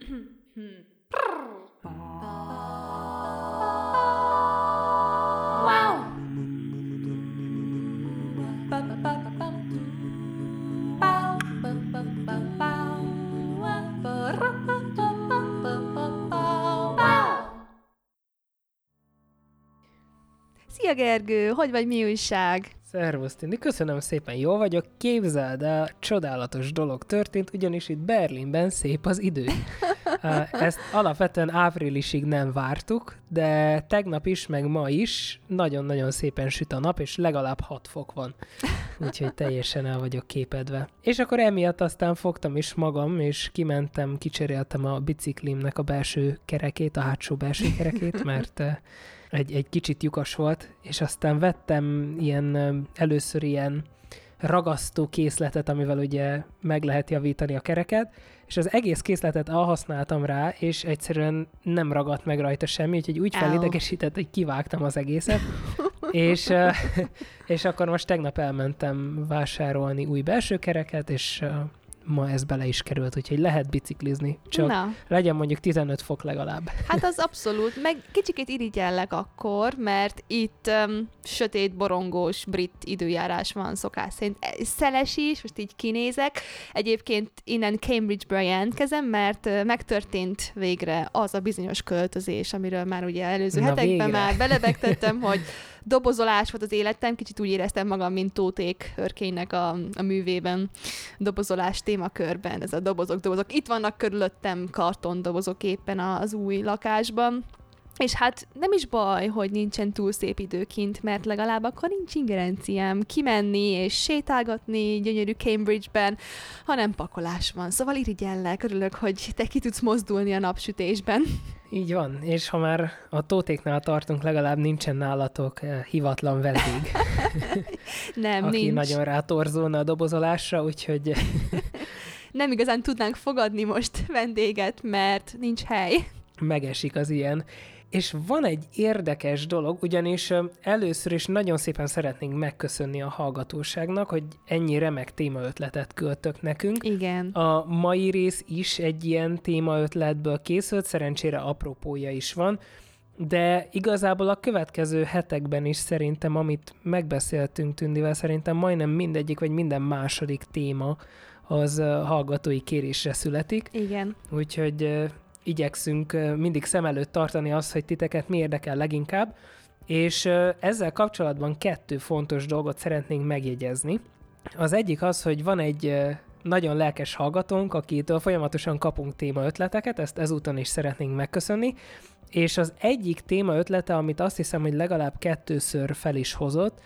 Szia Gergő, hogy vagy, mi újság? Szervusz, Tindi, köszönöm szépen, jól vagyok. Képzeld el, csodálatos dolog történt, ugyanis itt Berlinben szép az idő. Ezt alapvetően áprilisig nem vártuk, de tegnap is, meg ma is nagyon-nagyon szépen süt a nap, és legalább 6 fok van. Úgyhogy teljesen el vagyok képedve. És akkor emiatt aztán fogtam is magam, és kimentem, kicseréltem a biciklimnek a belső kerekét, a hátsó belső kerekét, mert egy kicsit lyukas volt, és aztán vettem először ilyen ragasztó készletet, amivel ugye meg lehet javítani a kereket, és az egész készletet elhasználtam rá, és egyszerűen nem ragadt meg rajta semmi, úgyhogy úgy felidegesített, hogy kivágtam az egészet, és akkor most tegnap elmentem vásárolni új belső kereket, és ma ez bele is került, úgyhogy lehet biciklizni, csak legyen mondjuk 15 fok legalább. Hát az abszolút, meg kicsikét irigyellek akkor, mert itt sötét, borongós brit időjárás van szokás szerint. Szeles is, most így kinézek. Egyébként innen Cambridge-ből jelentkezem, mert megtörtént végre az a bizonyos költözés, amiről már ugye előző hetekben már belebegtettem, hogy dobozolás volt az életem, kicsit úgy éreztem magam, mint Tóték Hörkénynek a művében, dobozolás témakörben, ez a dobozok. Itt vannak körülöttem kartondobozok éppen az új lakásban, és hát nem is baj, hogy nincsen túl szép idő kint, mert legalább akkor nincs ingerenciám kimenni és sétálgatni gyönyörű Cambridge-ben, hanem pakolás van. Szóval irigyellek, örülök, hogy te ki tudsz mozdulni a napsütésben. Így van, és ha már a Tótéknál tartunk, legalább nincsen nálatok hivatlan vendég. Nem, aki nincs. Nagyon rátorzulna a dobozolásra, úgyhogy... Nem igazán tudnánk fogadni most vendéget, mert nincs hely. Megesik az ilyen. És van egy érdekes dolog, ugyanis először is nagyon szépen szeretnénk megköszönni a hallgatóságnak, hogy ennyi remek témaötletet küldtök nekünk. Igen. A mai rész is egy ilyen témaötletből készült, szerencsére apropója is van, de igazából a következő hetekben is szerintem, amit megbeszéltünk Tündivel, szerintem majdnem mindegyik, vagy minden második téma az hallgatói kérésre születik. Igen. Úgyhogy igyekszünk mindig szem előtt tartani azt, hogy titeket mi érdekel leginkább, és ezzel kapcsolatban 2 fontos dolgot szeretnénk megjegyezni. Az egyik az, hogy van egy nagyon lelkes hallgatónk, akitől folyamatosan kapunk témaötleteket, ezt ezúton is szeretnénk megköszönni, és az egyik témaötlete, amit azt hiszem, hogy legalább 2-ször fel is hozott,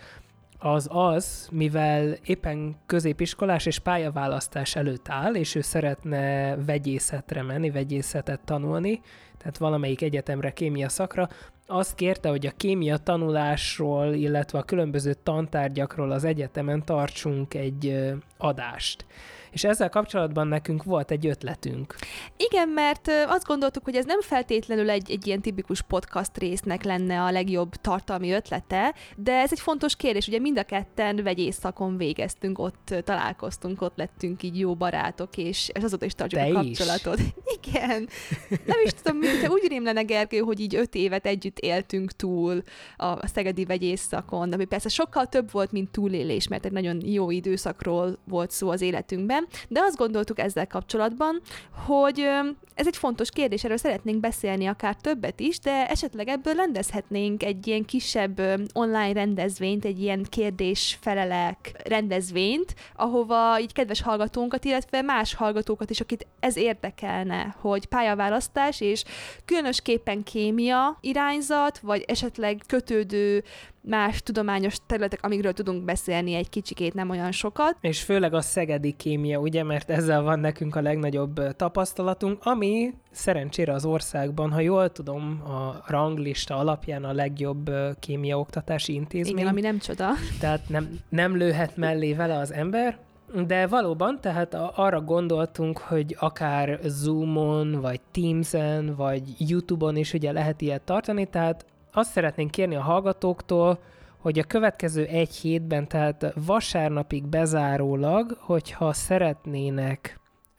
az, mivel éppen középiskolás és pályaválasztás előtt áll, és ő szeretne vegyészetre menni, vegyészetet tanulni, tehát valamelyik egyetemre kémia szakra, azt kérte, hogy a kémia tanulásról, illetve a különböző tantárgyakról az egyetemen tartsunk egy adást. És ezzel kapcsolatban nekünk volt egy ötletünk. Igen, mert azt gondoltuk, hogy ez nem feltétlenül egy ilyen tipikus podcast résznek lenne a legjobb tartalmi ötlete, de ez egy fontos kérdés. Ugye mind a ketten vegyészszakon végeztünk, ott találkoztunk, ott lettünk így jó barátok, és azóta is tartjuk a kapcsolatot. Igen. Nem is tudom, mintha úgy rémlene, Gergő, hogy így 5 évet együtt éltünk túl a szegedi vegyészszakon, ami persze sokkal több volt, mint túlélés, mert egy nagyon jó időszakról volt szó az életünkben, de azt gondoltuk ezzel kapcsolatban, hogy ez egy fontos kérdés, erről szeretnénk beszélni akár többet is, de esetleg ebből rendezhetnénk egy ilyen kisebb online rendezvényt, egy ilyen kérdés-felelek rendezvényt, ahova így kedves hallgatónkat, illetve más hallgatókat is, akit ez érdekelne, hogy pályaválasztás és különösképpen kémia irányzat, vagy esetleg kötődő más tudományos területek, amikről tudunk beszélni egy kicsikét, nem olyan sokat. És főleg a szegedi kémia, ugye, mert ezzel van nekünk a legnagyobb tapasztalatunk, ami szerencsére az országban, ha jól tudom, a ranglista alapján a legjobb kémia oktatási intézmény. Igen, ami nem csoda. Tehát nem lőhet mellé vele az ember, de valóban, tehát arra gondoltunk, hogy akár Zoomon, vagy Teamsen, vagy YouTube-on is ugye lehet ilyet tartani, tehát azt szeretnénk kérni a hallgatóktól, hogy a következő 1 hétben, tehát vasárnapig bezárólag, hogyha szeretnének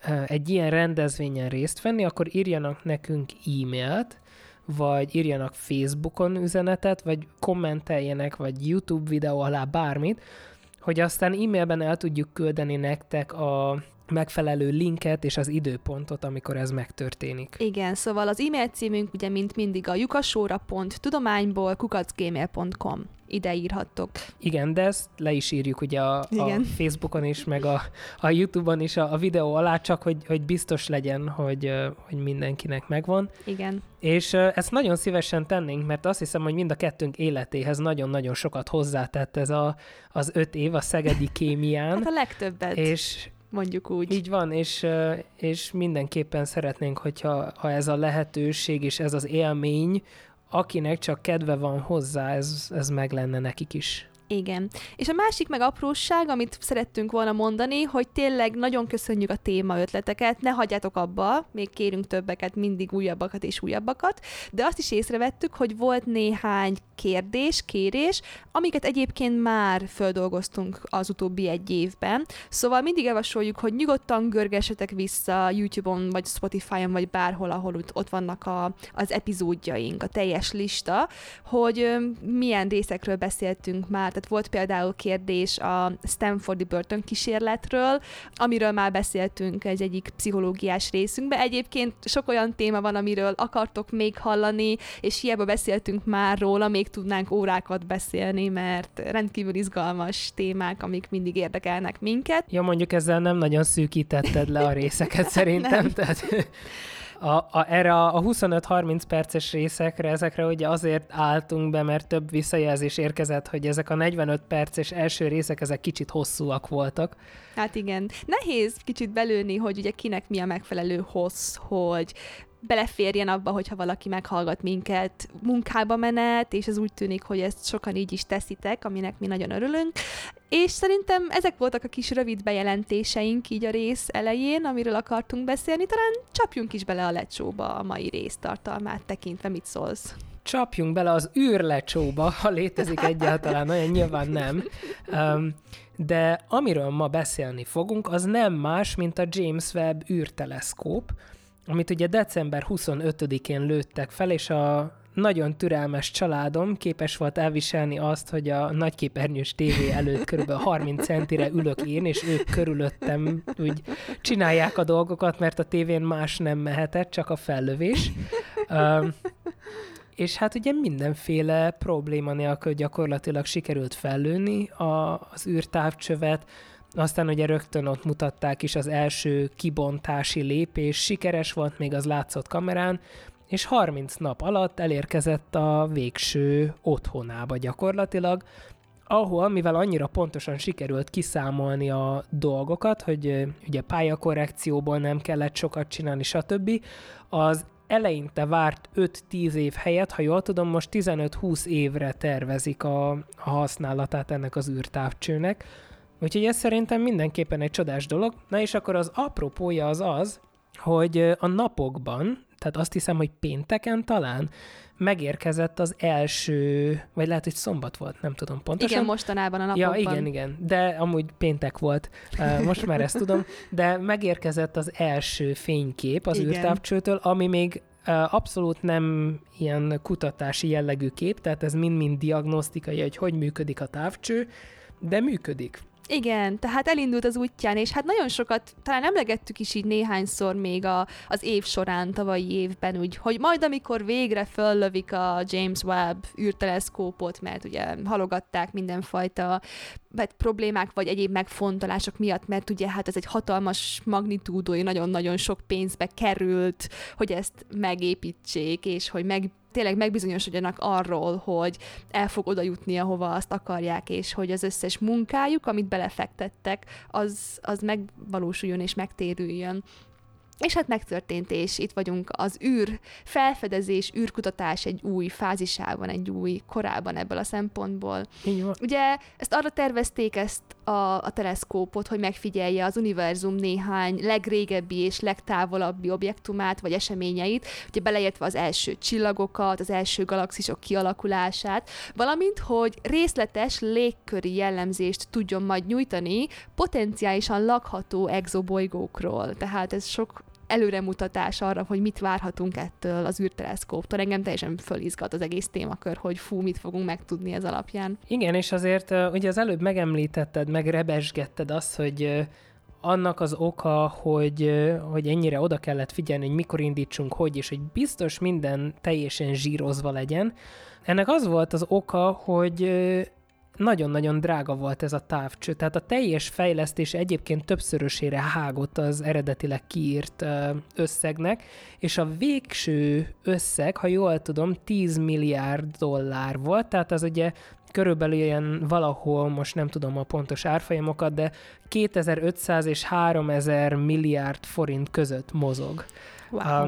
egy ilyen rendezvényen részt venni, akkor írjanak nekünk e-mailt, vagy írjanak Facebookon üzenetet, vagy kommenteljenek, vagy YouTube videó alá bármit, hogy aztán e-mailben el tudjuk küldeni nektek a megfelelő linket és az időpontot, amikor ez megtörténik. Igen, szóval az e-mail címünk ugye mint mindig a lyukasóra.tudományból@gmail.com. Ide írhattok. Igen, de ezt le is írjuk ugye a Facebookon is, meg a YouTube-on is a videó alá, csak hogy biztos legyen, hogy mindenkinek megvan. Igen. És ezt nagyon szívesen tennénk, mert azt hiszem, hogy mind a kettőnk életéhez nagyon-nagyon sokat hozzátett ez az 5 év a szegedi kémián. Hát a legtöbbet. És mondjuk úgy. Így van, és mindenképpen szeretnénk, hogyha ez a lehetőség és ez az élmény, akinek csak kedve van hozzá, ez meg lenne nekik is. Igen. És a másik meg apróság, amit szerettünk volna mondani, hogy tényleg nagyon köszönjük a téma ötleteket, ne hagyjátok abba, még kérünk többeket, mindig újabbakat és újabbakat, de azt is észrevettük, hogy volt néhány kérés, amiket egyébként már földolgoztunk az utóbbi 1 évben. Szóval mindig javasoljuk, hogy nyugodtan görgessetek vissza YouTube-on, vagy Spotify-on, vagy bárhol, ahol ott vannak az epizódjaink, a teljes lista, hogy milyen részekről beszéltünk már. Tehát volt például kérdés a Stanfordi börtönkísérletről, amiről már beszéltünk egyik pszichológiás részünkben. Egyébként sok olyan téma van, amiről akartok még hallani, és hiába beszéltünk már róla, még tudnánk órákat beszélni, mert rendkívül izgalmas témák, amik mindig érdekelnek minket. Ja, mondjuk ezzel nem nagyon szűkítetted le a részeket szerintem, tehát erre a 25-30 perces részekre, ezekre ugye azért álltunk be, mert több visszajelzés érkezett, hogy ezek a 45 perces első részek, ezek kicsit hosszúak voltak. Hát igen. Nehéz kicsit belőni, hogy ugye kinek mi a megfelelő hossz, hogy beleférjen abba, hogyha valaki meghallgat minket munkába menet, és ez úgy tűnik, hogy ezt sokan így is teszitek, aminek mi nagyon örülünk. És szerintem ezek voltak a kis rövid bejelentéseink így a rész elején, amiről akartunk beszélni. Talán csapjunk is bele a lecsóba a mai rész tartalmát tekintve, mit szólsz? Csapjunk bele az űrlecsóba, ha létezik egyáltalán, olyan nyilván nem. De amiről ma beszélni fogunk, az nem más, mint a James Webb űrteleszkóp, amit ugye december 25-én lőttek fel, és a nagyon türelmes családom képes volt elviselni azt, hogy a nagyképernyős tévé előtt körülbelül 30 centire ülök én, és ők körülöttem úgy csinálják a dolgokat, mert a tévén más nem mehetett, csak a fellövés. És hát ugye mindenféle probléma nélkül gyakorlatilag sikerült fellőni az űrtávcsövet, aztán ugye rögtön ott mutatták is az első kibontási lépés, sikeres volt, még az látszott kamerán, és 30 nap alatt elérkezett a végső otthonába gyakorlatilag, ahol, mivel annyira pontosan sikerült kiszámolni a dolgokat, hogy ugye pályakorrekcióból nem kellett sokat csinálni, stb., az eleinte várt 5-10 év helyett, ha jól tudom, most 15-20 évre tervezik a használatát ennek az űrtávcsőnek. Úgyhogy ez szerintem mindenképpen egy csodás dolog. Na és akkor az apropója az, hogy a napokban, tehát azt hiszem, hogy pénteken talán megérkezett az első, vagy lehet, hogy szombat volt, nem tudom pontosan. Igen, mostanában a napokban. Ja, igen, de amúgy péntek volt, most már ezt tudom, de megérkezett az első fénykép az űrtávcsőtől, ami még abszolút nem ilyen kutatási jellegű kép, tehát ez mind-mind diagnosztikai, hogy működik a távcső, de működik. Igen, tehát elindult az útján, és hát nagyon sokat, talán emlegettük is így néhányszor még az év során, tavalyi évben, úgy, hogy majd amikor végre föllövik a James Webb űrteleszkópot, mert ugye halogatták mindenfajta problémák vagy egyéb megfontolások miatt, mert ugye hát ez egy hatalmas magnitúdói, nagyon-nagyon sok pénzbe került, hogy ezt megépítsék, és hogy tényleg megbizonyosodjanak arról, hogy el fog oda jutni, ahova azt akarják, és hogy az összes munkájuk, amit belefektettek, az megvalósuljon és megtérüljön. És hát megtörtént, és itt vagyunk az felfedezés, űrkutatás egy új fázisában, egy új korában ebből a szempontból. Ugye ezt arra tervezték a teleszkópot, hogy megfigyelje az univerzum néhány legrégebbi és legtávolabbi objektumát, vagy eseményeit, ugye beleértve az első csillagokat, az első galaxisok kialakulását, valamint, hogy részletes légköri jellemzést tudjon majd nyújtani potenciálisan lakható exobolygókról. Tehát ez sok előremutatás arra, hogy mit várhatunk ettől az űrteleszkóptól. Engem teljesen fölizgat az egész témakör, hogy mit fogunk megtudni ez alapján. Igen, és azért ugye az előbb megemlítetted, meg rebesgetted azt, hogy annak az oka, hogy ennyire oda kellett figyelni, hogy mikor indítsunk, és hogy biztos minden teljesen zsírozva legyen. Ennek az volt az oka, hogy nagyon-nagyon drága volt ez a távcső, tehát a teljes fejlesztés egyébként többszörösére hágott az eredetileg kiírt összegnek, és a végső összeg, ha jól tudom, $10 milliárd volt, tehát az ugye körülbelül ilyen valahol, most nem tudom a pontos árfolyamokat, de 2500 és 3000 milliárd forint között mozog. Wow.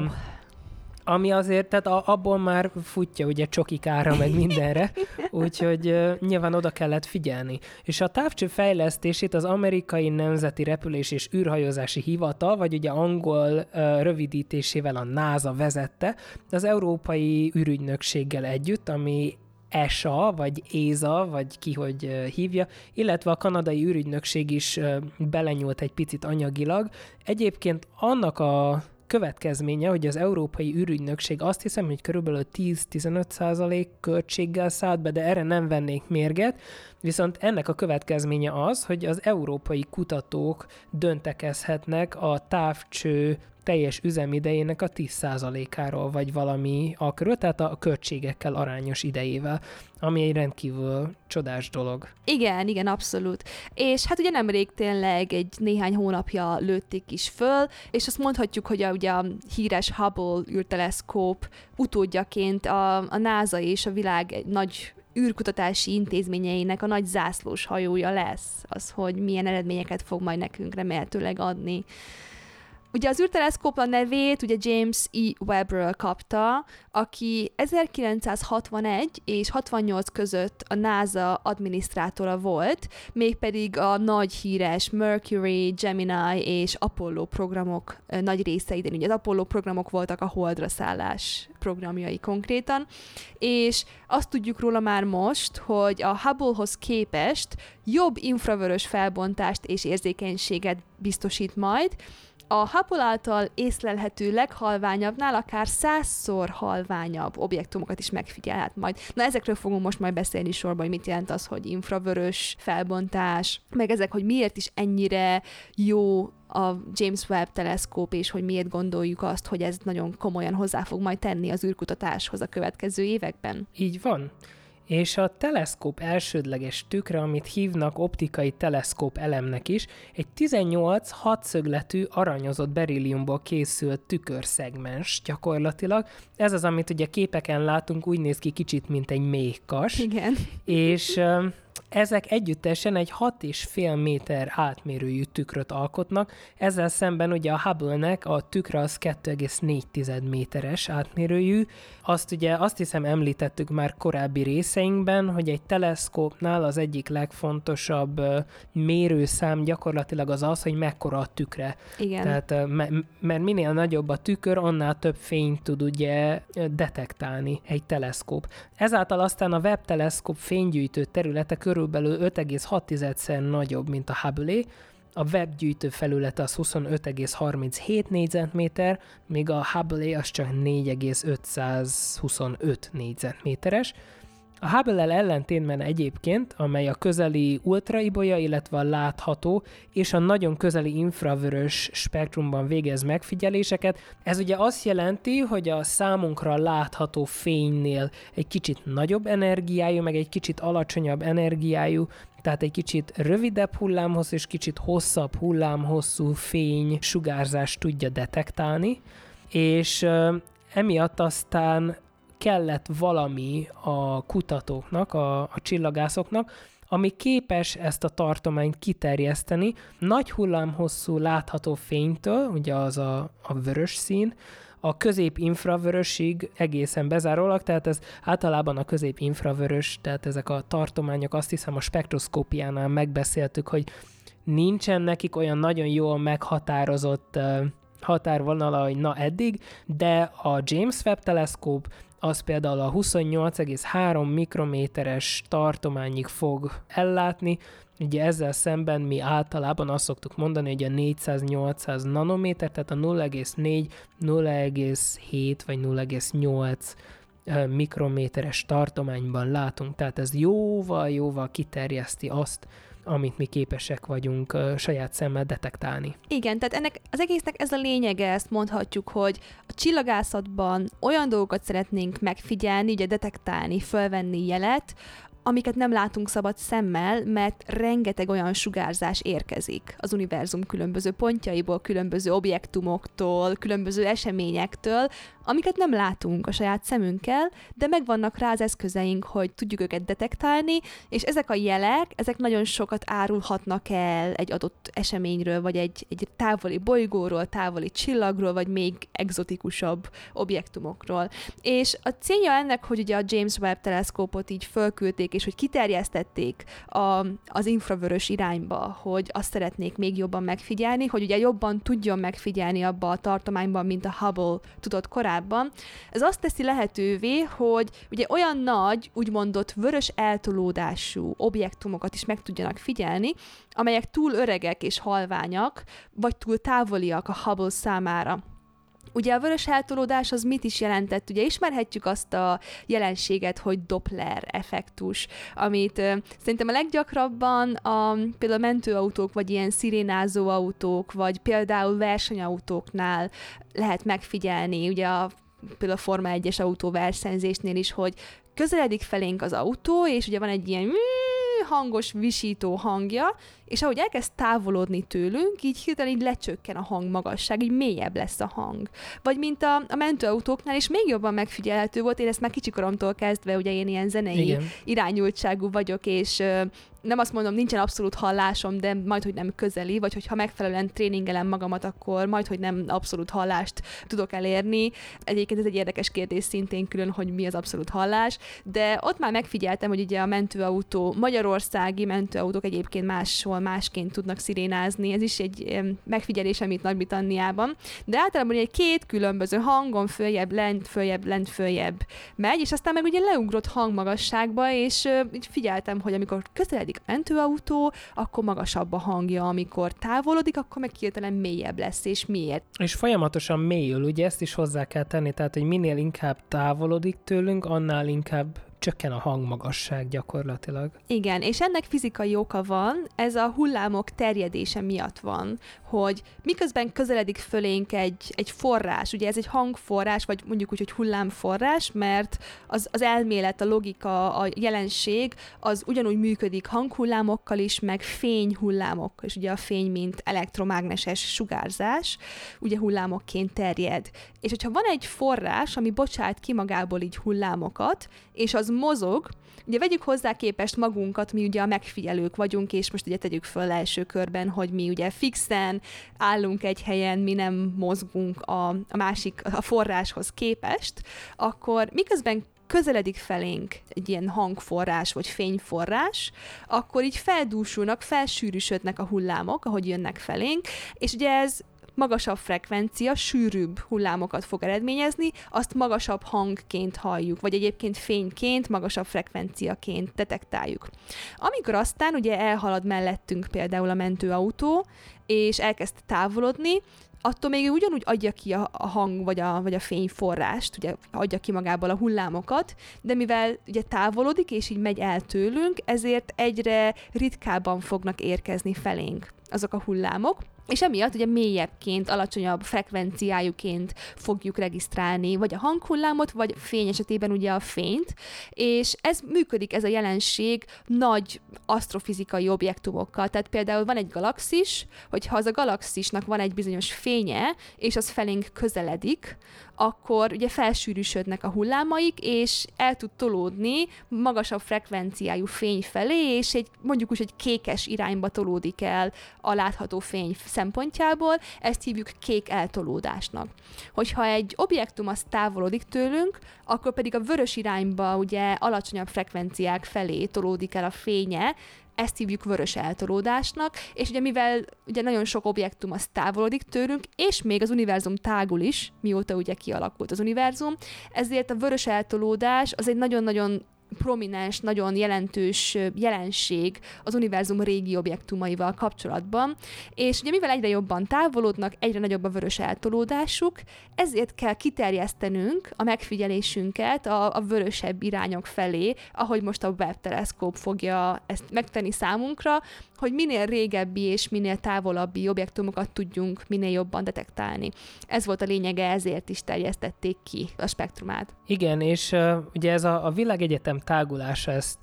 Ami azért, tehát abból már futja ugye csokik ára meg mindenre, úgyhogy nyilván oda kellett figyelni. És a távcső fejlesztését az Amerikai Nemzeti Repülés és űrhajózási Hivatal, vagy ugye angol rövidítésével a NASA vezette, az Európai űrügynökséggel együtt, ami ESA, vagy ESA, vagy ki hogy hívja, illetve a kanadai űrügynökség is belenyúlt egy picit anyagilag. Egyébként annak a következménye, hogy az Európai űrügynökség azt hiszem, hogy körülbelül 10-15% költséggel szállt be, de erre nem vennék mérget, viszont ennek a következménye az, hogy az európai kutatók döntekezhetnek a távcső teljes üzemidejének a 10%-áról, vagy valami akörül, tehát a költségekkel arányos idejével, ami egy rendkívül csodás dolog. Igen, abszolút. És hát ugye nemrég tényleg egy néhány hónapja lőtték is föl, és azt mondhatjuk, hogy ugye a híres Hubble űrteleszkóp utódjaként a NASA és a világ nagy űrkutatási intézményeinek a nagy zászlós hajója lesz az, hogy milyen eredményeket fog majd nekünk remélhetőleg adni. Ugye az űrteleszkóp a nevét ugye James E. Webbről kapta, aki 1961 és 68 között a NASA adminisztrátora volt, mégpedig a nagy híres Mercury, Gemini és Apollo programok nagy részeiden. Ugye az Apollo programok voltak a holdra szállás programjai konkrétan, és azt tudjuk róla már most, hogy a Hubble-hoz képest jobb infravörös felbontást és érzékenységet biztosít majd, a Hubble által észlelhető leghalványabbnál akár 100-szor halványabb objektumokat is megfigyelhet majd. Na ezekről fogunk most majd beszélni sorban, hogy mit jelent az, hogy infravörös felbontás, meg ezek, hogy miért is ennyire jó a James Webb teleszkóp, és hogy miért gondoljuk azt, hogy ez nagyon komolyan hozzá fog majd tenni az űrkutatáshoz a következő években. Így van. És a teleszkóp elsődleges tükre, amit hívnak optikai teleszkóp elemnek is, egy 18 hatszögletű aranyozott berilliumból készült tükörszegmens gyakorlatilag. Ez az, amit ugye képeken látunk, úgy néz ki kicsit, mint egy méhkas. Igen. És ezek együttesen egy 6,5 méter átmérőjű tükröt alkotnak, ezzel szemben ugye a Hubble-nek a tükre az 2,4 méteres átmérőjű. Azt hiszem említettük már korábbi részeinkben, hogy egy teleszkópnál az egyik legfontosabb mérőszám gyakorlatilag az, hogy mekkora a tükre. Igen. Tehát, mert minél nagyobb a tükör, annál több fényt tud ugye detektálni egy teleszkóp. Ezáltal aztán a Webb teleszkóp fénygyűjtő területe körülbelül 5,6-szer nagyobb, mint a Hubble-é. A Webb gyűjtő felülete az 25,37 négyzetméter, míg a Hubble-é az csak 4,525 négyzetméteres. A Hubble-el ellentétben egyébként, amely a közeli ultraibolya, illetve a látható és a nagyon közeli infravörös spektrumban végez megfigyeléseket, ez ugye azt jelenti, hogy a számunkra látható fénynél egy kicsit nagyobb energiájú, meg egy kicsit alacsonyabb energiájú, tehát egy kicsit rövidebb hullámhosszú és kicsit hosszabb hullámhosszú fény sugárzást tudja detektálni, és emiatt aztán kellett valami a kutatóknak, a csillagászoknak, ami képes ezt a tartományt kiterjeszteni nagy hullámhosszú látható fénytől, ugye az a vörös szín, a közép-infravörösig egészen bezárólag, tehát ez általában a közép-infravörös, tehát ezek a tartományok, azt hiszem a spektroszkópiánál megbeszéltük, hogy nincsen nekik olyan nagyon jól meghatározott határvonala, hogy na eddig, de a James Webb teleszkóp az például a 28,3 mikrométeres tartományig fog ellátni. Ugye ezzel szemben mi általában azt szoktuk mondani, hogy a 400-800 nanométer, tehát a 0,4, 0,7 vagy 0,8 mikrométeres tartományban látunk. Tehát ez jóval kiterjeszti azt, amit mi képesek vagyunk saját szemmel detektálni. Igen, tehát ennek az egésznek ez a lényege, ezt mondhatjuk, hogy a csillagászatban olyan dolgokat szeretnénk megfigyelni, ugye detektálni, fölvenni jelet, amiket nem látunk szabad szemmel, mert rengeteg olyan sugárzás érkezik az univerzum különböző pontjaiból, különböző objektumoktól, különböző eseményektől, amiket nem látunk a saját szemünkkel, de megvannak rá az eszközeink, hogy tudjuk őket detektálni, és ezek a jelek, ezek nagyon sokat árulhatnak el egy adott eseményről, vagy egy távoli bolygóról, távoli csillagról, vagy még egzotikusabb objektumokról. És a célja ennek, hogy ugye a James Webb teleszkópot így fölküldték, és hogy kiterjesztették az infravörös irányba, hogy azt szeretnék még jobban megfigyelni, hogy ugye jobban tudjon megfigyelni abba a tartományban, mint a Hubble tudott korábban. Ez azt teszi lehetővé, hogy ugye olyan nagy, úgymondott vörös eltolódású objektumokat is meg tudjanak figyelni, amelyek túl öregek és halványak, vagy túl távoliak a Hubble számára. Ugye a vörös eltolódás az mit is jelentett? Ugye ismerhetjük azt a jelenséget, hogy Doppler effektus, amit szerintem a leggyakrabban például mentőautók, vagy ilyen szirénázó autók, vagy például versenyautóknál lehet megfigyelni, ugye például a Forma 1-es autóversenyzésnél is, hogy közeledik felénk az autó, és ugye van egy ilyen hangos, visító hangja, és ahogy elkezd távolodni tőlünk, így hirtelen így lecsökken a hangmagasság, így mélyebb lesz a hang. Vagy mint a mentőautóknál, és még jobban megfigyelhető volt, én ezt már kicsikoromtól kezdve, ugye én ilyen zenei irányultságú vagyok, és nem azt mondom, nincsen abszolút hallásom, de majdhogy nem közeli, vagy hogyha megfelelően tréningelem magamat, akkor majdhogy nem abszolút hallást tudok elérni. Egyébként ez egy érdekes kérdés szintén külön, hogy mi az abszolút hallás, de ott már megfigyeltem, hogy ugye a mentőautó, magyarországi mentőautók egyébként máshol másként tudnak szirénázni, ez is egy megfigyelés, amit Nagy-Britanniában, de általában egy két különböző hangon följebb, lent, megy, és aztán meg ugye leugrott hangmagasságba, és így figyeltem, hogy amikor közeledik a mentőautó, akkor magasabb a hangja, amikor távolodik, akkor meg hirtelen mélyebb lesz, és miért? És folyamatosan mélyül, ugye ezt is hozzá kell tenni, tehát hogy minél inkább távolodik tőlünk, annál inkább csökken a hangmagasság gyakorlatilag. Igen, és ennek fizikai oka van, ez a hullámok terjedése miatt van, hogy miközben közeledik fölénk egy forrás, ugye ez egy hangforrás, vagy mondjuk úgy, hogy hullámforrás, mert az elmélet, a logika, a jelenség, az ugyanúgy működik hanghullámokkal is, meg fényhullámokkal, és ugye a fény, mint elektromágneses sugárzás, ugye hullámokként terjed. És hogyha van egy forrás, ami bocsát ki magából így hullámokat, és az mozog, ugye vegyük hozzá képest magunkat, mi ugye a megfigyelők vagyunk, és most ugye tegyük föl első körben, hogy mi ugye fixen állunk egy helyen, mi nem mozgunk a forráshoz képest, akkor miközben közeledik felénk egy ilyen hangforrás vagy fényforrás, akkor így feldúsulnak, felsűrűsödnek a hullámok, ahogy jönnek felénk, és ugye ez magasabb frekvencia, sűrűbb hullámokat fog eredményezni, azt magasabb hangként halljuk, vagy egyébként fényként, magasabb frekvenciaként detektáljuk. Amikor aztán ugye elhalad mellettünk például a mentőautó, és elkezd távolodni, attól még ugyanúgy adja ki a hang vagy a fényforrást, ugye adja ki magából a hullámokat, de mivel ugye távolodik és így megy el tőlünk, ezért egyre ritkábban fognak érkezni felénk azok a hullámok, és emiatt ugye mélyebbként, alacsonyabb frekvenciájuként fogjuk regisztrálni vagy a hanghullámot, vagy fény esetében ugye a fényt, és ez működik, ez a jelenség nagy asztrofizikai objektumokkal. Tehát például van egy galaxis, hogyha az a galaxisnak van egy bizonyos fénye, és az felénk közeledik, akkor ugye felsűrűsödnek a hullámaik, és el tud tolódni magasabb frekvenciájú fény felé, és mondjuk úgy, hogy kékes irányba tolódik el a látható fény szempontjából, ezt hívjuk kék eltolódásnak. Hogyha egy objektum az távolodik tőlünk, akkor pedig a vörös irányba ugye alacsonyabb frekvenciák felé tolódik el a fénye, ezt hívjuk vörös eltolódásnak, és ugye mivel ugye nagyon sok objektum az távolodik tőlünk, és még az univerzum tágul is, mióta ugye kialakult az univerzum, ezért a vörös eltolódás az egy nagyon-nagyon prominens, nagyon jelentős jelenség az univerzum régi objektumaival kapcsolatban, és ugye mivel egyre jobban távolodnak, egyre nagyobb a vörös eltolódásuk, ezért kell kiterjesztenünk a megfigyelésünket a vörösebb irányok felé, ahogy most a Webb teleszkóp fogja ezt megtenni számunkra, hogy minél régebbi és minél távolabbi objektumokat tudjunk minél jobban detektálni. Ez volt a lényege, ezért is terjesztették ki a spektrumát. Igen, és ugye ez a világegyetem tágulása, ezt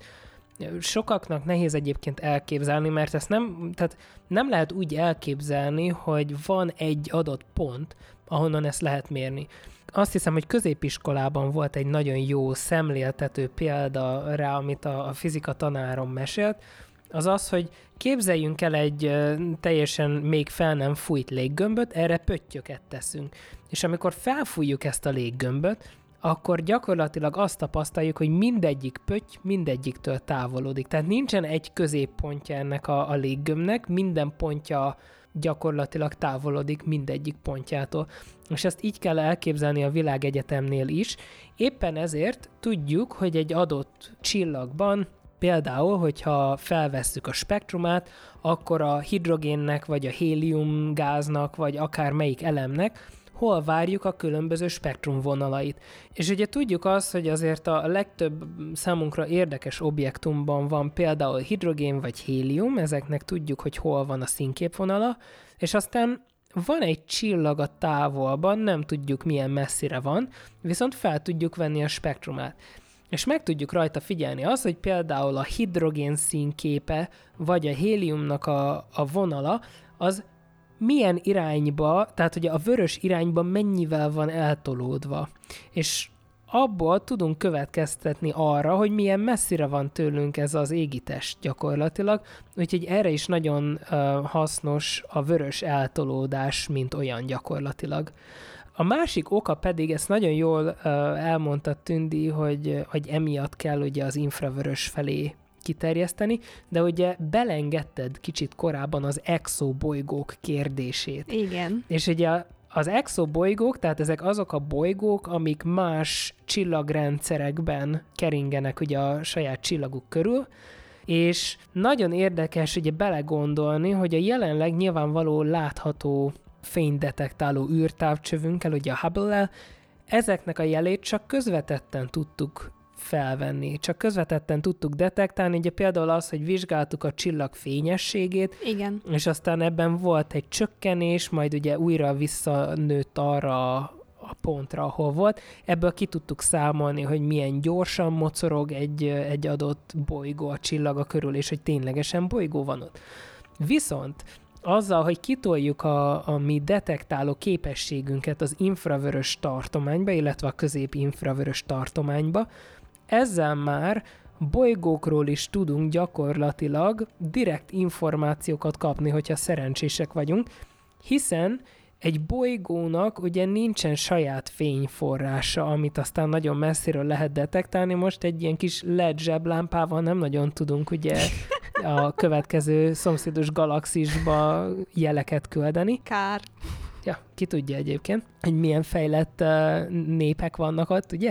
sokaknak nehéz egyébként elképzelni, mert ezt nem lehet úgy elképzelni, hogy van egy adott pont, ahonnan ezt lehet mérni. Azt hiszem, hogy középiskolában volt egy nagyon jó szemléltető példa rá, amit a fizika tanárom mesélt, az, hogy képzeljünk el egy teljesen még fel nem fújt léggömböt, erre pöttyöket teszünk. És amikor felfújjuk ezt a léggömböt, akkor gyakorlatilag azt tapasztaljuk, hogy mindegyik pötty mindegyiktől távolodik. Tehát nincsen egy középpontja ennek a léggömbnek, minden pontja gyakorlatilag távolodik mindegyik pontjától. És ezt így kell elképzelni a világegyetemnél is. Éppen ezért tudjuk, hogy egy adott csillagban, például, hogyha felvesszük a spektrumát, akkor a hidrogénnek, vagy a hélium gáznak, vagy akár melyik elemnek hol várjuk a különböző spektrumvonalait. És ugye tudjuk azt, hogy azért a legtöbb számunkra érdekes objektumban van például hidrogén vagy hélium, ezeknek tudjuk, hogy hol van a színképvonala, és aztán van egy csillag a távolban, nem tudjuk milyen messzire van, viszont fel tudjuk venni a spektrumát. És meg tudjuk rajta figyelni azt, hogy például a hidrogén színképe, vagy a héliumnak a vonala, az milyen irányba, tehát hogy a vörös irányba mennyivel van eltolódva. És abból tudunk következtetni arra, hogy milyen messzire van tőlünk ez az égitest gyakorlatilag, úgyhogy erre is nagyon hasznos a vörös eltolódás, mint olyan gyakorlatilag. A másik oka pedig, ezt nagyon jól elmondta Tündi, hogy emiatt kell ugye az infravörös felé kiterjeszteni, de ugye belengedted kicsit korábban az exobolygók kérdését. Igen. És ugye az exobolygók, tehát ezek azok a bolygók, amik más csillagrendszerekben keringenek ugye a saját csillaguk körül, és nagyon érdekes ugye belegondolni, hogy a jelenleg nyilvánvaló látható fénydetektáló űrtávcsövünkkel, ugye a Hubble-lel, ezeknek a jelét csak közvetetten tudtuk felvenni, csak közvetetten tudtuk detektálni, ugye például az, hogy vizsgáltuk a csillag fényességét, igen, és aztán ebben volt egy csökkenés, majd ugye újra visszanőtt arra a pontra, ahol volt. Ebből ki tudtuk számolni, hogy milyen gyorsan mocorog egy adott bolygó a csillaga körül, és hogy ténylegesen bolygó van ott. Viszont azzal, hogy kitoljuk a mi detektáló képességünket az infravörös tartományba, illetve a közép-infravörös tartományba, ezzel már bolygókról is tudunk gyakorlatilag direkt információkat kapni, hogyha szerencsések vagyunk, hiszen egy bolygónak ugye nincsen saját fényforrása, amit aztán nagyon messziről lehet detektálni. Most egy ilyen kis LED zseblámpával nem nagyon tudunk ugye a következő szomszédos galaxisba jeleket küldeni. Kár. Ja, ki tudja egyébként, hogy milyen fejlett népek vannak ott, ugye?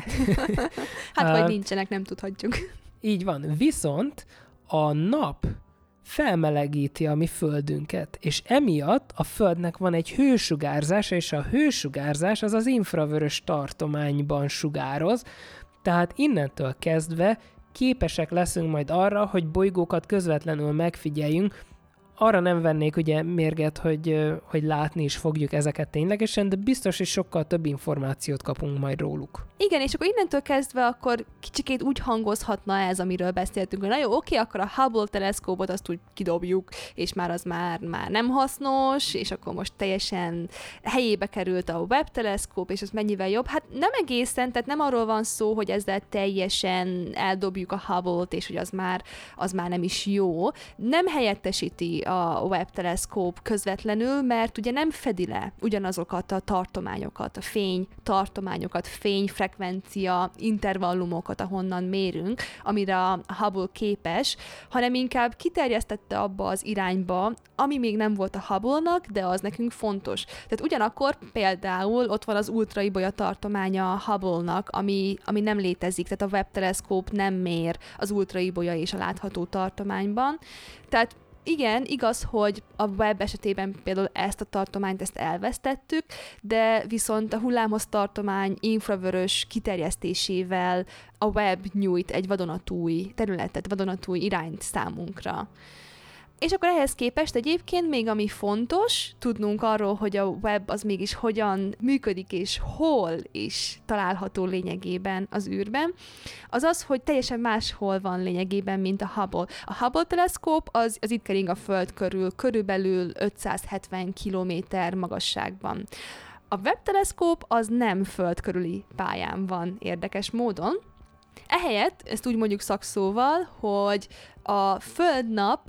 Hát vagy nincsenek, nem tudhatjuk. Így van. Viszont a nap felmelegíti a mi földünket, és emiatt a földnek van egy hősugárzása, és a hősugárzás az az infravörös tartományban sugároz, tehát innentől kezdve képesek leszünk majd arra, hogy bolygókat közvetlenül megfigyeljünk, arra nem vennék ugye mérget, hogy látni is fogjuk ezeket ténylegesen, de biztos, hogy sokkal több információt kapunk majd róluk. Igen, és akkor innentől kezdve akkor kicsikét úgy hangozhatna ez, amiről beszéltünk, hogy na jó, oké, akkor a Hubble teleszkópot azt úgy kidobjuk, és már az már nem hasznos, és akkor most teljesen helyébe került a Webb teleszkóp, és az mennyivel jobb. Hát nem egészen, tehát nem arról van szó, hogy ezzel teljesen eldobjuk a Hubble-t, és hogy az már nem is jó. Nem helyettesíti a Webb teleszkóp közvetlenül, mert ugye nem fedi le ugyanazokat a tartományokat, a fény tartományokat, fényfrekvencia intervallumokat, ahonnan mérünk, amire a Hubble képes, hanem inkább kiterjesztette abba az irányba, ami még nem volt a Hubble-nak, de az nekünk fontos. Tehát ugyanakkor például ott van az ultraibolya tartománya a Hubble-nak, ami nem létezik, tehát a Webb teleszkóp nem mér az ultraibolya és a látható tartományban. Tehát igen, igaz, hogy a Webb esetében például ezt a tartományt elvesztettük, de viszont a hullámhossz tartomány infravörös kiterjesztésével a Webb nyújt egy vadonatúj területet, vadonatúj irányt számunkra. És akkor ehhez képest egyébként még ami fontos, tudnunk arról, hogy a Webb az mégis hogyan működik és hol is található lényegében az űrben, az az, hogy teljesen máshol van lényegében, mint a Hubble. A Hubble teleszkóp az itt kering a Föld körül, körülbelül 570 kilométer magasságban. A Webb teleszkóp az nem föld körüli pályán van érdekes módon. Ehelyett, ezt úgy mondjuk szakszóval, hogy a Föld-nap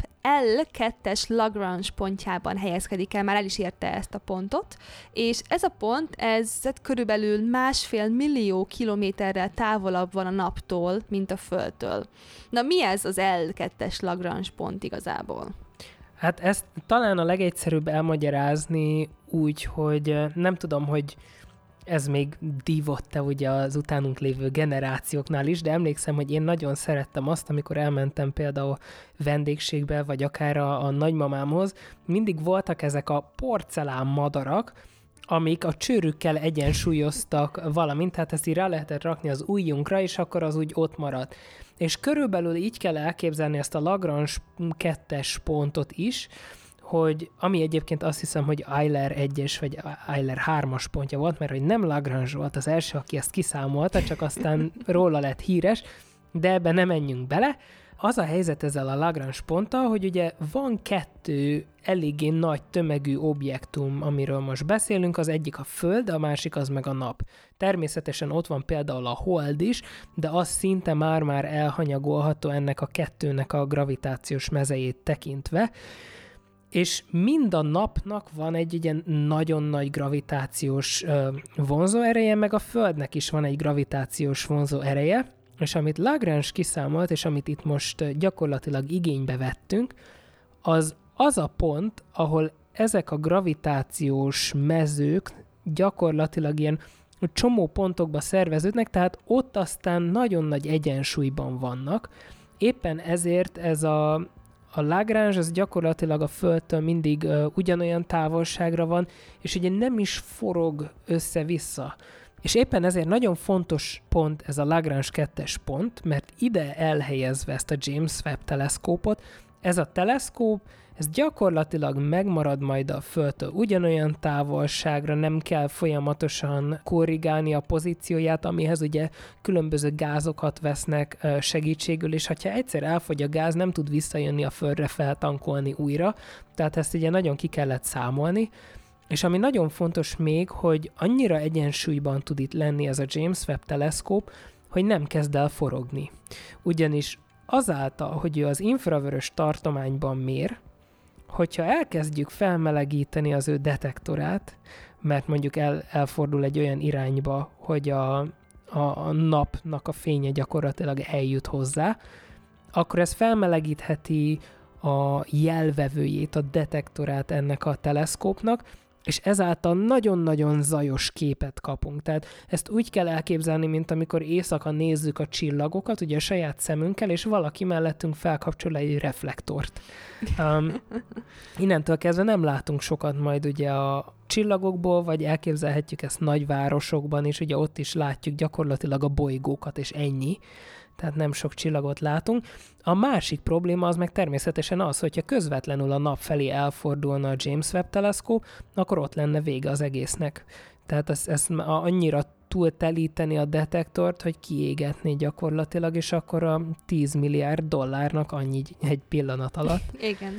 L2-es Lagrange pontjában helyezkedik el, már el is érte ezt a pontot, és ez a pont, ez körülbelül 1,5 millió kilométerrel távolabb van a naptól, mint a Földtől. Na mi ez az L2-es Lagrange pont igazából? Hát ezt talán a legegyszerűbb elmagyarázni úgy, hogy nem tudom, hogy ez még dívott-e ugye az utánunk lévő generációknál is, de emlékszem, hogy én nagyon szerettem azt, amikor elmentem például vendégségbe, vagy akár a nagymamámhoz, mindig voltak ezek a porcelán madarak, amik a csőrükkel egyensúlyoztak valamint, tehát ezt így rá lehetett rakni az ujjunkra, és akkor az úgy ott maradt. És körülbelül így kell elképzelni ezt a Lagrange 2-es pontot is, hogy ami egyébként azt hiszem, hogy Euler 1-es vagy Euler 3-as pontja volt, mert hogy nem Lagrange volt az első, aki ezt kiszámolta, csak aztán róla lett híres, de ebbe nem menjünk bele. Az a helyzet ezzel a Lagrange ponttal, hogy ugye van 2 eléggé nagy tömegű objektum, amiről most beszélünk, az egyik a Föld, a másik az meg a Nap. Természetesen ott van például a Hold is, de az szinte már elhanyagolható ennek a 2-nek a gravitációs mezejét tekintve, és mind a Napnak van egy ilyen nagyon nagy gravitációs vonzóereje, meg a Földnek is van egy gravitációs vonzóereje, és amit Lagrange kiszámolt, és amit itt most gyakorlatilag igénybe vettünk, az a pont, ahol ezek a gravitációs mezők gyakorlatilag ilyen csomó pontokba szerveződnek, tehát ott aztán nagyon nagy egyensúlyban vannak. Éppen ezért ez a Lagrange az gyakorlatilag a Földtől mindig ugyanolyan távolságra van, és ugye nem is forog össze-vissza. És éppen ezért nagyon fontos pont ez a Lagrange 2-es pont, mert ide elhelyezve ezt a James Webb teleszkópot, ez a teleszkóp, ez gyakorlatilag megmarad majd a Földtől ugyanolyan távolságra, nem kell folyamatosan korrigálni a pozícióját, amihez ugye különböző gázokat vesznek segítségül, és ha egyszer elfogy a gáz, nem tud visszajönni a Földre feltankolni újra, tehát ezt ugye nagyon ki kellett számolni. És ami nagyon fontos még, hogy annyira egyensúlyban tud itt lenni ez a James Webb teleszkóp, hogy nem kezd el forogni. Ugyanis azáltal, hogy ő az infravörös tartományban mér, hogyha elkezdjük felmelegíteni az ő detektorát, mert mondjuk elfordul egy olyan irányba, hogy a napnak a fénye gyakorlatilag eljut hozzá, akkor ez felmelegítheti a jelvevőjét, a detektorát ennek a teleszkópnak, és ezáltal nagyon-nagyon zajos képet kapunk. Tehát ezt úgy kell elképzelni, mint amikor éjszaka nézzük a csillagokat, ugye a saját szemünkkel, és valaki mellettünk felkapcsol egy reflektort. Innentől kezdve nem látunk sokat majd ugye a csillagokból, vagy elképzelhetjük ezt nagyvárosokban, és ugye ott is látjuk gyakorlatilag a bolygókat, és ennyi. tehát nem sok csillagot látunk. A másik probléma az meg természetesen az, hogyha közvetlenül a nap felé elfordulna a James Webb teleszkóp, akkor ott lenne vége az egésznek. Tehát ezt annyira túltelíteni a detektort, hogy kiégetné gyakorlatilag, és akkor a 10 milliárd dollárnak annyi egy pillanat alatt. Igen.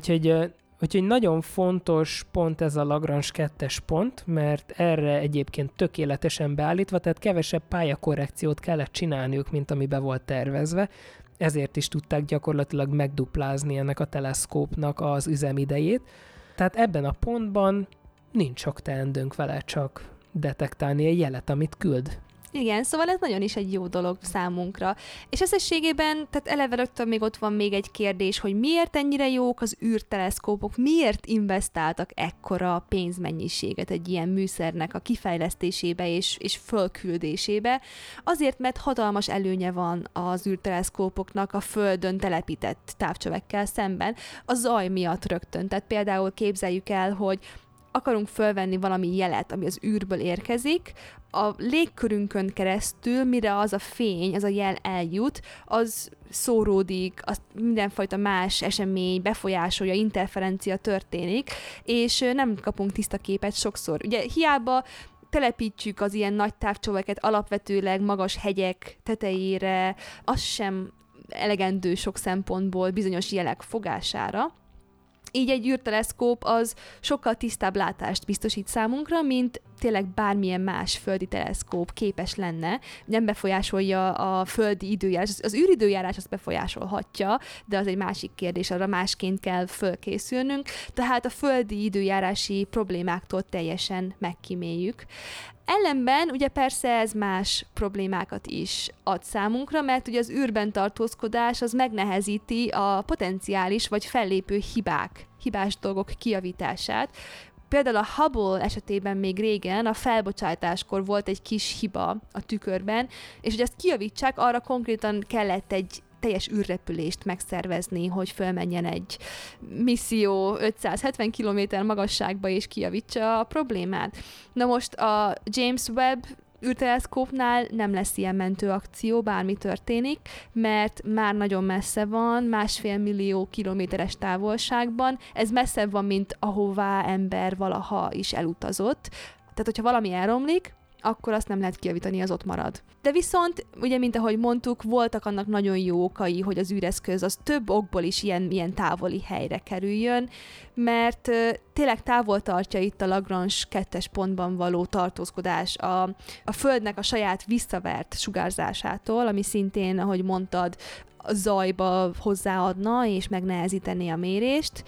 Úgyhogy nagyon fontos pont ez a Lagrange 2-es pont, mert erre egyébként tökéletesen beállítva, tehát kevesebb pályakorrekciót kellett csinálniuk, mint ami be volt tervezve, ezért is tudták gyakorlatilag megduplázni ennek a teleszkópnak az üzemidejét. Tehát ebben a pontban nincs sok teendőnk vele, csak detektálni egy jelet, amit küld. Igen, szóval ez nagyon is egy jó dolog számunkra. És összességében, tehát eleve rögtön még ott van még egy kérdés, hogy miért ennyire jók az űrteleszkópok, miért investáltak ekkora pénzmennyiséget egy ilyen műszernek a kifejlesztésébe és fölküldésébe. Azért, mert hatalmas előnye van az űrteleszkópoknak a Földön telepített távcsövekkel szemben, a zaj miatt rögtön. Tehát például képzeljük el, hogy akarunk fölvenni valami jelet, ami az űrből érkezik, a légkörünkön keresztül, mire az a fény, az a jel eljut, az szóródik, az mindenfajta más esemény befolyásolja, interferencia történik, és nem kapunk tiszta képet sokszor. Ugye hiába telepítjük az ilyen nagy távcsöveket alapvetőleg magas hegyek tetejére, az sem elegendő sok szempontból bizonyos jelek fogására. Így egy űrteleszkóp az sokkal tisztább látást biztosít számunkra, mint tényleg bármilyen más földi teleszkóp képes lenne. Nem befolyásolja a földi időjárás, az űridőjárás azt befolyásolhatja, de az egy másik kérdés, arra másként kell fölkészülnünk, tehát a földi időjárási problémáktól teljesen megkíméljük. Ellenben ugye persze ez más problémákat is ad számunkra, mert ugye az űrben tartózkodás az megnehezíti a potenciális vagy fellépő hibás dolgok kijavítását. Például a Hubble esetében még régen a felbocsátáskor volt egy kis hiba a tükörben, és hogy ezt kijavítsák, arra konkrétan kellett egy teljes űrrepülést megszervezni, hogy fölmenjen egy misszió 570 km magasságba és kijavítsa a problémát. Na most a James Webb űrteleszkópnál nem lesz ilyen mentőakció, bármi történik, mert már nagyon messze van, 1,5 millió kilométeres távolságban. Ez messzebb van, mint ahová ember valaha is elutazott. Tehát, hogyha valami elromlik, akkor azt nem lehet kijavítani, az ott marad. De viszont, ugye, mint ahogy mondtuk, voltak annak nagyon jó okai, hogy az űreszköz az több okból is ilyen távoli helyre kerüljön, mert tényleg távol tartja itt a Lagrange 2-es pontban való tartózkodás a Földnek a saját visszavert sugárzásától, ami szintén, ahogy mondtad, a zajba hozzáadna és megnehezítené a mérést,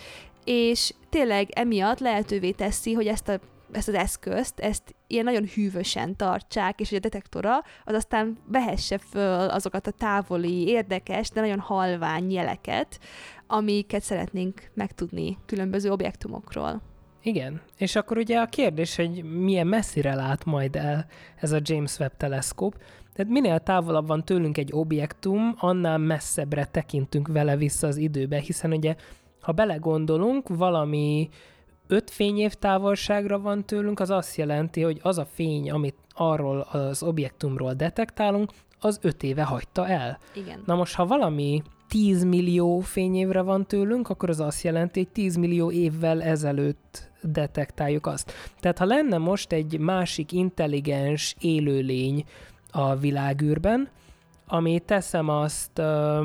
és tényleg emiatt lehetővé teszi, hogy ezt az eszközt, ezt ilyen nagyon hűvösen tartsák, és hogy a detektora az aztán vehesse föl azokat a távoli, érdekes, de nagyon halvány jeleket, amiket szeretnénk megtudni különböző objektumokról. Igen, és akkor ugye a kérdés, hogy milyen messzire lát majd el ez a James Webb teleszkóp. Tehát minél távolabb van tőlünk egy objektum, annál messzebbre tekintünk vele vissza az időbe, hiszen ugye, ha belegondolunk, valami 5 fényév távolságra van tőlünk, az azt jelenti, hogy az a fény, amit arról az objektumról detektálunk, az 5 éve hagyta el. Igen. Na most, ha valami 10 millió fényévre van tőlünk, akkor az azt jelenti, hogy 10 millió évvel ezelőtt detektáljuk azt. Tehát ha lenne most egy másik intelligens élőlény a világűrben, ami teszem azt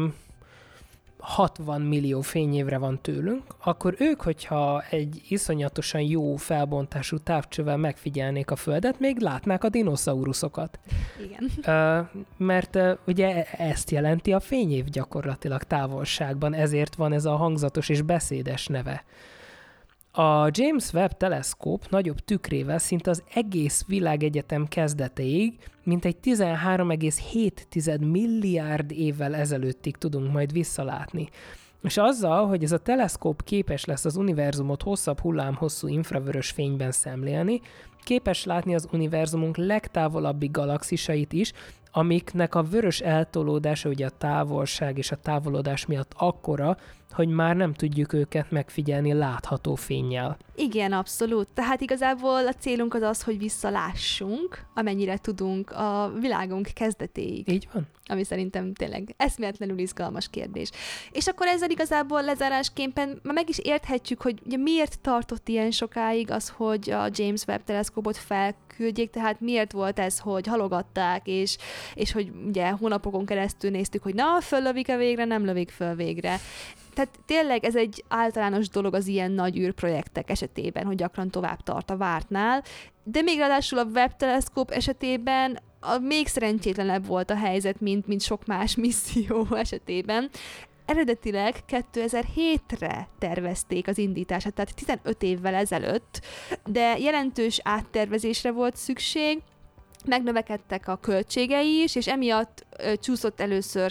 60 millió fényévre van tőlünk, akkor ők, hogyha egy iszonyatosan jó felbontású távcsővel megfigyelnék a Földet, még látnák a dinoszauruszokat. Igen. Mert ugye ezt jelenti a fényév gyakorlatilag távolságban, ezért van ez a hangzatos és beszédes neve. A James Webb teleszkóp nagyobb tükrével szinte az egész világegyetem kezdetéig, mintegy 13,7 milliárd évvel ezelőttig tudunk majd visszalátni. És azzal, hogy ez a teleszkóp képes lesz az univerzumot hosszabb hullámhosszú infravörös fényben szemlélni, képes látni az univerzumunk legtávolabbi galaxisait is, amiknek a vörös eltolódása ugye a távolság és a távolodás miatt akkora, hogy már nem tudjuk őket megfigyelni látható fénnyel. Igen, abszolút. Tehát igazából a célunk az, hogy visszalássunk, amennyire tudunk a világunk kezdetéig. Így van. Ami szerintem tényleg eszméletlenül izgalmas kérdés. És akkor ezzel igazából lezárásképpen már meg is érthetjük, hogy ugye miért tartott ilyen sokáig az, hogy a James Webb teleszkópot felküldjék, tehát miért volt ez, hogy halogatták, és hogy ugye hónapokon keresztül néztük, hogy na, föllövik-e végre, nem lövik föl végre. Tehát tényleg ez egy általános dolog az ilyen nagy űrprojektek esetében, hogy gyakran tovább tart a vártnál, de még ráadásul a Webb teleszkóp esetében még szerencsétlenebb volt a helyzet, mint sok más misszió esetében. Eredetileg 2007-re tervezték az indítását, tehát 15 évvel ezelőtt, de jelentős áttervezésre volt szükség, megnövekedtek a költségei is, és emiatt csúszott először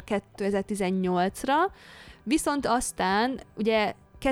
2018-ra, viszont aztán ugye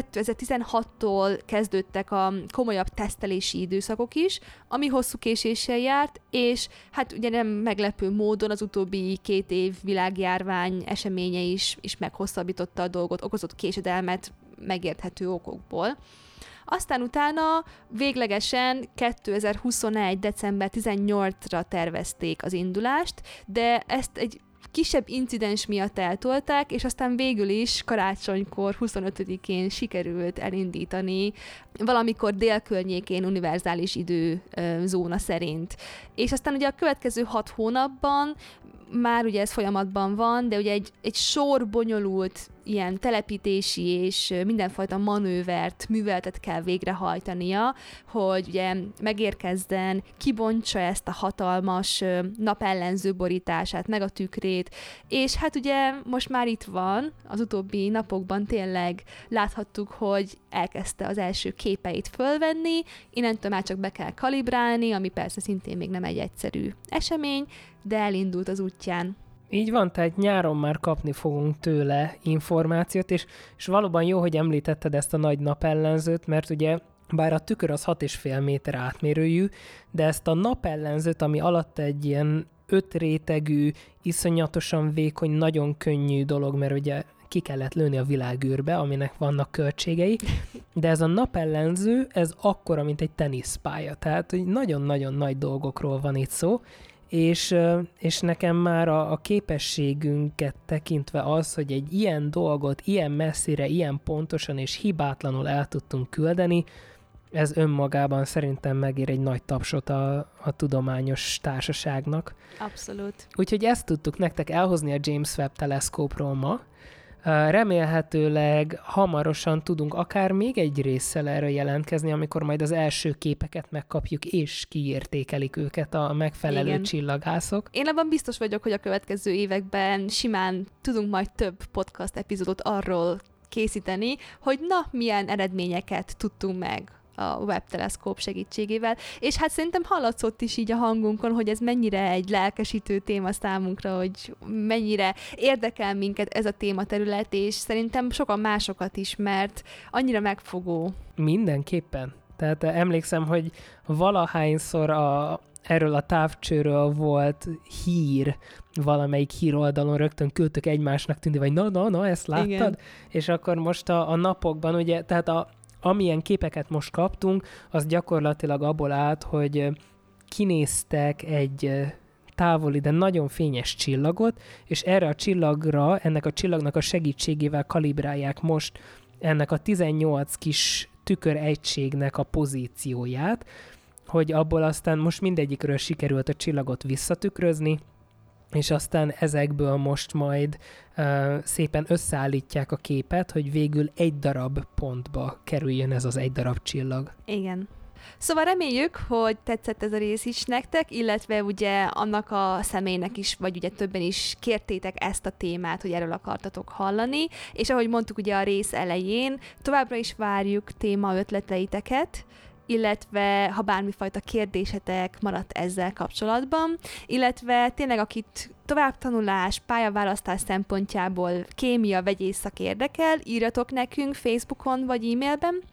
2016-tól kezdődtek a komolyabb tesztelési időszakok is, ami hosszú késéssel járt, és hát ugye nem meglepő módon az utóbbi 2 év világjárvány eseménye is meghosszabbította a dolgot, okozott késedelmet megérthető okokból. Aztán utána véglegesen 2021. december 18-ra tervezték az indulást, de ezt egy kisebb incidens miatt eltolták, és aztán végül is karácsonykor 25-én sikerült elindítani valamikor délkörnyékén univerzális időzóna szerint. És aztán ugye a következő 6 hónapban már ugye ez folyamatban van, de ugye egy sor bonyolult ilyen telepítési és mindenfajta manővert, műveletet kell végrehajtania, hogy ugye megérkezzen, kibontsa ezt a hatalmas napellenző borítását, meg a tükrét, és hát ugye most már itt van, az utóbbi napokban tényleg láthattuk, hogy elkezdte az első képeit fölvenni, innentől már csak be kell kalibrálni, ami persze szintén még nem egy egyszerű esemény, de elindult az útján. Így van, tehát nyáron már kapni fogunk tőle információt, és valóban jó, hogy említetted ezt a nagy napellenzőt, mert ugye bár a tükör az 6,5 méter átmérőjű, de ezt a napellenzőt, ami alatt egy ilyen 5 rétegű, iszonyatosan vékony, nagyon könnyű dolog, mert ugye ki kellett lőni a világűrbe, aminek vannak költségei, de ez a napellenző, ez akkora, mint egy teniszpálya, tehát hogy nagyon-nagyon nagy dolgokról van itt szó, és nekem már a képességünket tekintve az, hogy egy ilyen dolgot ilyen messzire, ilyen pontosan és hibátlanul el tudtunk küldeni, ez önmagában szerintem megér egy nagy tapsot a tudományos társaságnak. Abszolút. Úgyhogy ezt tudtuk nektek elhozni a James Webb teleszkópról ma. Remélhetőleg hamarosan tudunk akár még egy résszel erről jelentkezni, amikor majd az első képeket megkapjuk, és kiértékelik őket a megfelelő Igen. Csillaghászok. Én abban biztos vagyok, hogy a következő években simán tudunk majd több podcast epizódot arról készíteni, hogy milyen eredményeket tudtunk meg a Webb teleszkóp segítségével, és hát szerintem hallatszott is így a hangunkon, hogy ez mennyire egy lelkesítő téma számunkra, hogy mennyire érdekel minket ez a tématerület, és szerintem sokan másokat is, mert annyira megfogó. Mindenképpen. Tehát emlékszem, hogy valahányszor erről a távcsőről volt hír, valamelyik híroldalon rögtön küldtök egymásnak tűnni, vagy na, ezt láttad? Igen. És akkor most a napokban, ugye, tehát amilyen képeket most kaptunk, az gyakorlatilag abból állt, hogy kinéztek egy távoli, de nagyon fényes csillagot, és erre a csillagra, ennek a csillagnak a segítségével kalibrálják most ennek a 18 kis tüköregységnek a pozícióját, hogy abból aztán most mindegyikről sikerült a csillagot visszatükrözni, és aztán ezekből most majd szépen összeállítják a képet, hogy végül egy darab pontba kerüljön ez az egy darab csillag. Igen. Szóval reméljük, hogy tetszett ez a rész is nektek, illetve ugye annak a személynek is, vagy ugye többen is kértétek ezt a témát, hogy erről akartatok hallani, és ahogy mondtuk ugye a rész elején, továbbra is várjuk téma ötleteiteket, illetve ha bármifajta kérdésetek maradt ezzel kapcsolatban, illetve tényleg akit továbbtanulás, pályaválasztás szempontjából kémia, vegyészszak érdekel, írjatok nekünk Facebookon vagy e-mailben.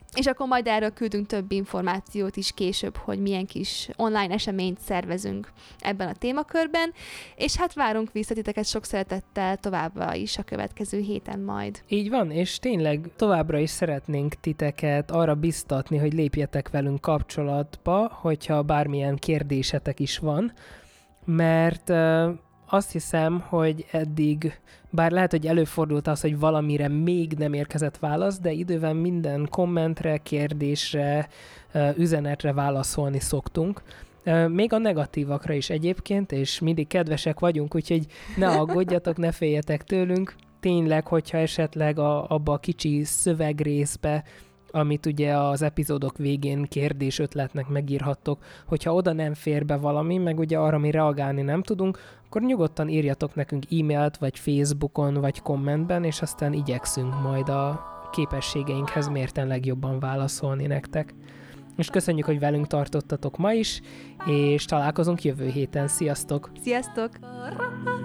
És akkor majd erről küldünk több információt is később, hogy milyen kis online eseményt szervezünk ebben a témakörben, és hát várunk vissza titeket sok szeretettel továbbra is a következő héten majd. Így van, és tényleg továbbra is szeretnénk titeket arra biztatni, hogy lépjetek velünk kapcsolatba, hogyha bármilyen kérdésetek is van, mert azt hiszem, hogy eddig, bár lehet, hogy előfordult az, hogy valamire még nem érkezett válasz, de idővel minden kommentre, kérdésre, üzenetre válaszolni szoktunk. Még a negatívakra is egyébként, és mindig kedvesek vagyunk, úgyhogy ne aggódjatok, ne féljetek tőlünk. Tényleg, hogyha esetleg abba a kicsi szövegrészbe, amit ugye az epizódok végén kérdés ötletnek megírhattok, hogyha oda nem fér be valami, meg ugye arra mi reagálni nem tudunk, akkor nyugodtan írjatok nekünk e-mailt, vagy Facebookon, vagy kommentben, és aztán igyekszünk majd a képességeinkhez mérten legjobban válaszolni nektek. És köszönjük, hogy velünk tartottatok ma is, és találkozunk jövő héten. Sziasztok! Sziasztok!